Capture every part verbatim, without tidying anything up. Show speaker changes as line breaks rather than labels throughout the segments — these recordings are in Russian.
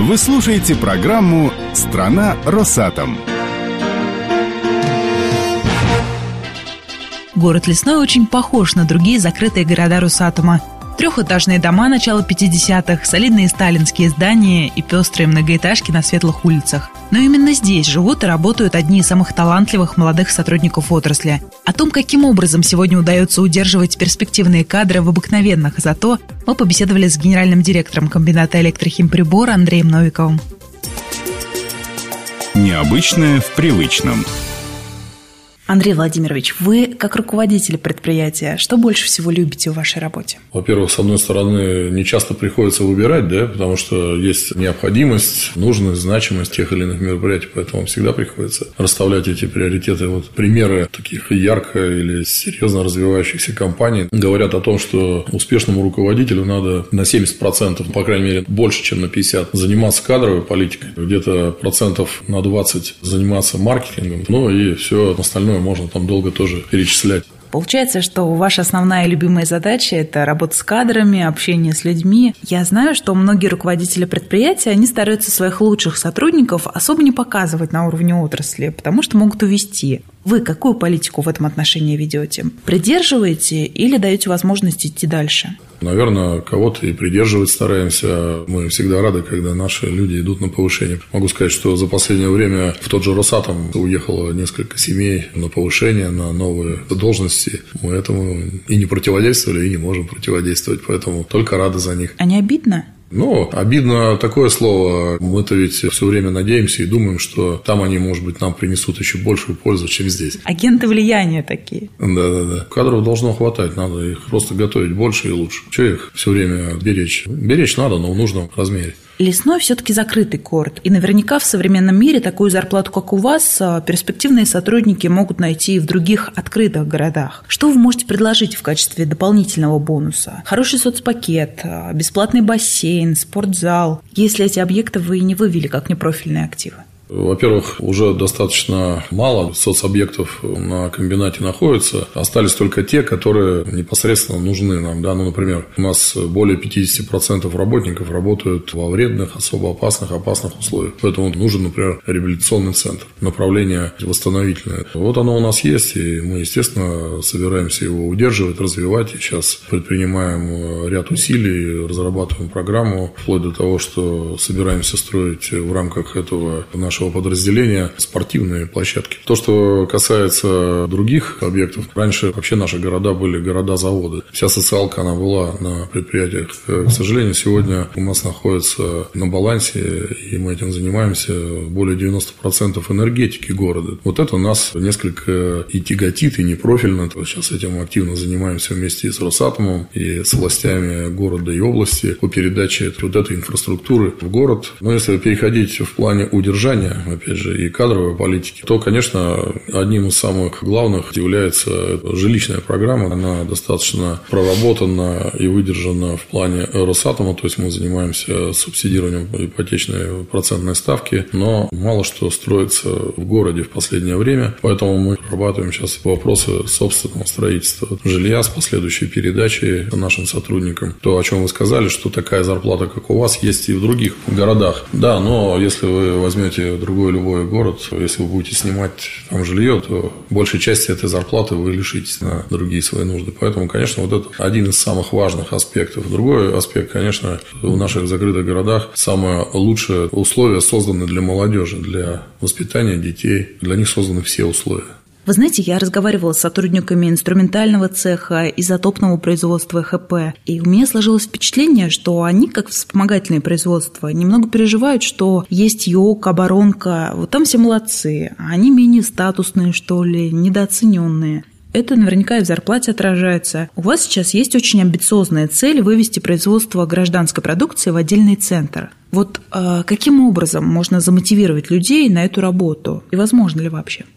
Вы слушаете программу «Страна Росатом».
Город Лесной очень похож на другие закрытые города Росатома. Трехэтажные дома начала пятидесятых, солидные сталинские здания и пестрые многоэтажки на светлых улицах. Но именно здесь живут и работают одни из самых талантливых молодых сотрудников отрасли. О том, каким образом сегодня удается удерживать перспективные кадры в обыкновенных ЗАТО, мы побеседовали с генеральным директором комбината электрохимприбора Андреем Новиковым.
Необычное в привычном.
Андрей Владимирович, вы, как руководитель предприятия, что больше всего любите в вашей работе?
Во-первых, с одной стороны, не часто приходится выбирать, да, потому что есть необходимость, нужность, значимость тех или иных мероприятий, поэтому всегда приходится расставлять эти приоритеты. Вот примеры таких ярко или серьезно развивающихся компаний говорят о том, что успешному руководителю надо на семьдесят процентов, по крайней мере, больше, чем на пятьдесят процентов, заниматься кадровой политикой, где-то процентов на двадцать заниматься маркетингом, ну и все остальное можно там долго тоже перечислять.
Получается, что ваша основная и любимая задача – это работа с кадрами, общение с людьми. Я знаю, что многие руководители предприятия, они стараются своих лучших сотрудников особо не показывать на уровне отрасли, потому что могут увести. Вы какую политику в этом отношении ведете? Придерживаете или даете возможность идти дальше?
Наверное, кого-то и придерживать стараемся. Мы всегда рады, когда наши люди идут на повышение. Могу сказать, что за последнее время в тот же Росатом уехало несколько семей на повышение, на новые должности. Мы этому и не противодействовали, и не можем противодействовать, поэтому только рады за них.
А не обидно?
Ну, обидно такое слово. Мы-то ведь все время надеемся и думаем, что там они, может быть, нам принесут еще большую пользу, чем здесь.
Агенты влияния такие.
Да-да-да. Кадров должно хватать, надо их просто готовить больше и лучше. Чего их все время беречь? Беречь надо, но в нужном размере.
Лесной все-таки закрытый город. И наверняка в современном мире такую зарплату, как у вас, перспективные сотрудники могут найти и в других открытых городах. Что вы можете предложить в качестве дополнительного бонуса? Хороший соцпакет, бесплатный бассейн, спортзал, если эти объекты вы не вывели как непрофильные активы.
Во-первых, уже достаточно мало соцобъектов на комбинате находится. Остались только те, которые непосредственно нужны нам. Да? Ну, например, у нас более пятьдесят процентов работников работают во вредных, особо опасных, опасных условиях. Поэтому нужен, например, реабилитационный центр, направление восстановительное. Вот оно у нас есть, и мы, естественно, собираемся его удерживать, развивать. И сейчас предпринимаем ряд усилий, разрабатываем программу, вплоть до того, что собираемся строить в рамках этого нашего подразделения спортивные площадки. То, что касается других объектов, раньше вообще наши города были города-заводы. Вся социалка, она была на предприятиях. К сожалению, сегодня у нас находится на балансе, и мы этим занимаемся, более девяносто процентов энергетики города. Вот это нас несколько и тяготит, и непрофильно. Сейчас этим активно занимаемся вместе с Росатомом и с властями города и области по передаче вот этой инфраструктуры в город. Но если переходить в плане удержания, опять же, и кадровой политики, то, конечно, одним из самых главных является жилищная программа. Она достаточно проработана и выдержана в плане Росатома, то есть мы занимаемся субсидированием ипотечной процентной ставки, но мало что строится в городе в последнее время, поэтому мы прорабатываем сейчас вопросы собственного строительства жилья с последующей передачей нашим сотрудникам. То, о чем вы сказали, что такая зарплата, как у вас, есть и в других городах. Да, но если вы возьмете другой любой город, если вы будете снимать там жилье, то большей части этой зарплаты вы лишитесь на другие свои нужды. Поэтому, конечно, вот это один из самых важных аспектов. Другой аспект, конечно, в наших закрытых городах самое лучшее условия созданы для молодежи, для воспитания детей. Для них созданы все условия.
Вы знаете, я разговаривала с сотрудниками инструментального цеха, изотопного производства ХП, и у меня сложилось впечатление, что они, как вспомогательные производства, немного переживают, что есть ЮОК, оборонка, вот там все молодцы, а они менее статусные, что ли, недооцененные. Это наверняка и в зарплате отражается. У вас сейчас есть очень амбициозная цель вывести производство гражданской продукции в отдельный центр. Вот э, каким образом можно замотивировать людей на эту работу? И возможно ли вообще?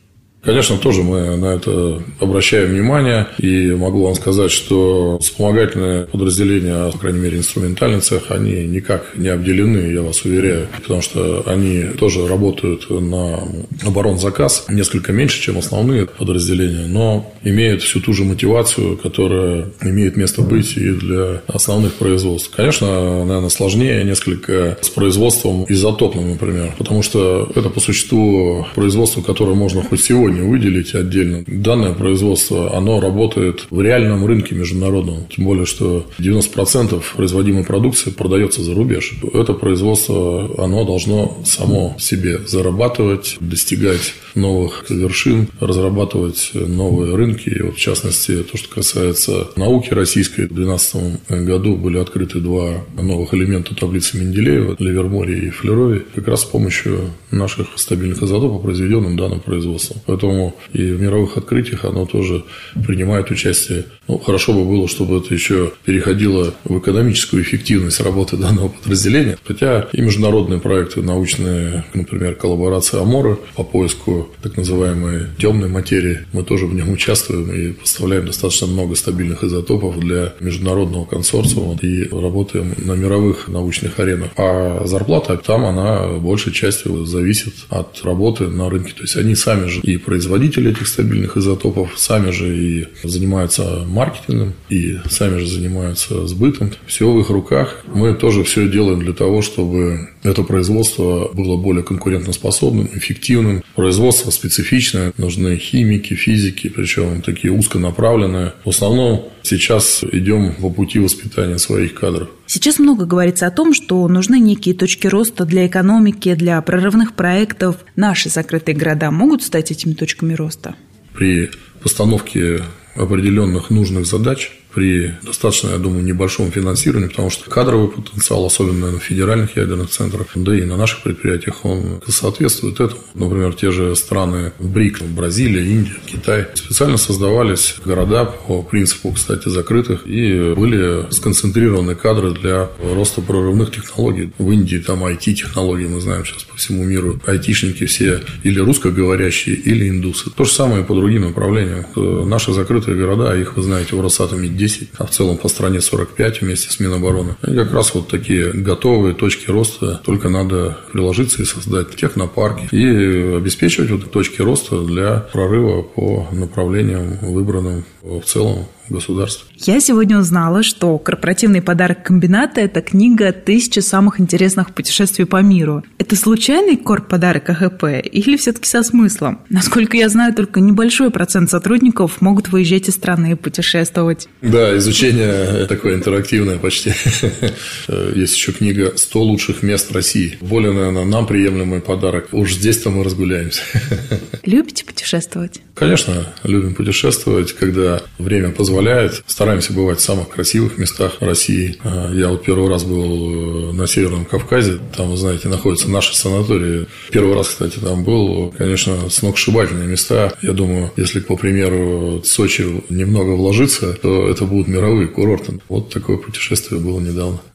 Конечно, тоже мы на это обращаем внимание. И могу вам сказать, что вспомогательные подразделения, по крайней мере, инструментальный цех, они никак не обделены, я вас уверяю. Потому что они тоже работают на оборонзаказ несколько меньше, чем основные подразделения, но имеют всю ту же мотивацию, которая имеет место быть и для основных производств. Конечно, наверное, сложнее несколько с производством изотопным, например, потому что это по существу производство, которое можно хоть сегодня выделить отдельно. Данное производство, оно работает в реальном рынке международном, тем более, что девяносто процентов производимой продукции продается за рубеж. Это производство, оно должно само себе зарабатывать, достигать новых вершин, разрабатывать новые рынки. И вот, в частности, то, что касается науки российской, в две тысячи двенадцатом году были открыты два новых элемента таблицы Менделеева, Ливерморе и Флерове, как раз с помощью наших стабильных изотопов, произведенным данным производством. Поэтому и в мировых открытиях оно тоже принимает участие. Ну, хорошо бы было, чтобы это еще переходило в экономическую эффективность работы данного подразделения. Хотя и международные проекты научные, например, коллаборация АМОРы по поиску так называемой темной материи, мы тоже в нем участвуем и поставляем достаточно много стабильных изотопов для международного консорциума и работаем на мировых научных аренах. А зарплата там, она большей частью зависит от работы на рынке. То есть они сами же и производители этих стабильных изотопов, сами же и занимаются маркетингом, и сами же занимаются сбытом. Все в их руках. Мы тоже все делаем для того, чтобы это производство было более конкурентоспособным, эффективным. Производство специфичное, нужны химики, физики, причем такие узконаправленные. В основном сейчас идем по пути воспитания своих кадров.
Сейчас много говорится о том, что нужны некие точки роста для экономики, для прорывных проектов. Наши закрытые города могут стать этими точками роста?
При постановке определенных нужных задач, при достаточно, я думаю, небольшом финансировании, потому что кадровый потенциал, особенно на федеральных ядерных центрах, да и на наших предприятиях, он соответствует этому. Например, те же страны БРИК, Бразилия, Индия, Китай, специально создавались города по принципу, кстати, закрытых, и были сконцентрированы кадры для роста прорывных технологий. В Индии там ай ти-технологии, мы знаем сейчас по всему миру, айтишники все или русскоговорящие, или индусы. То же самое и по другим направлениям. Наши закрытые города, их, вы знаете, в Росатоме десять, а в целом по стране сорок пять вместе с Минобороны. И как раз вот такие готовые точки роста, только надо приложиться и создать технопарки и обеспечивать вот точки роста для прорыва по направлениям, выбранным в целом государству.
Я сегодня узнала, что корпоративный подарок комбината – это книга «Тысяча самых интересных путешествий по миру». Это случайный корподарок а ха пэ или все-таки со смыслом? Насколько я знаю, только небольшой процент сотрудников могут выезжать из страны и путешествовать.
Да, изучение такое интерактивное почти. Есть еще книга «сто лучших мест России». Более, наверное, нам приемлемый подарок. Уж здесь-то мы разгуляемся.
Любите путешествовать?
Конечно, любим путешествовать, когда время позволяет. Стараемся бывать в самых красивых местах России. Я вот первый раз был на Северном Кавказе. Там, вы знаете, находятся наши санатории. Первый раз, кстати, там был. Конечно, сногсшибательные места. Я думаю, если, по примеру, Сочи немного вложиться, то это будут мировые курорты. Вот такое путешествие было недавно.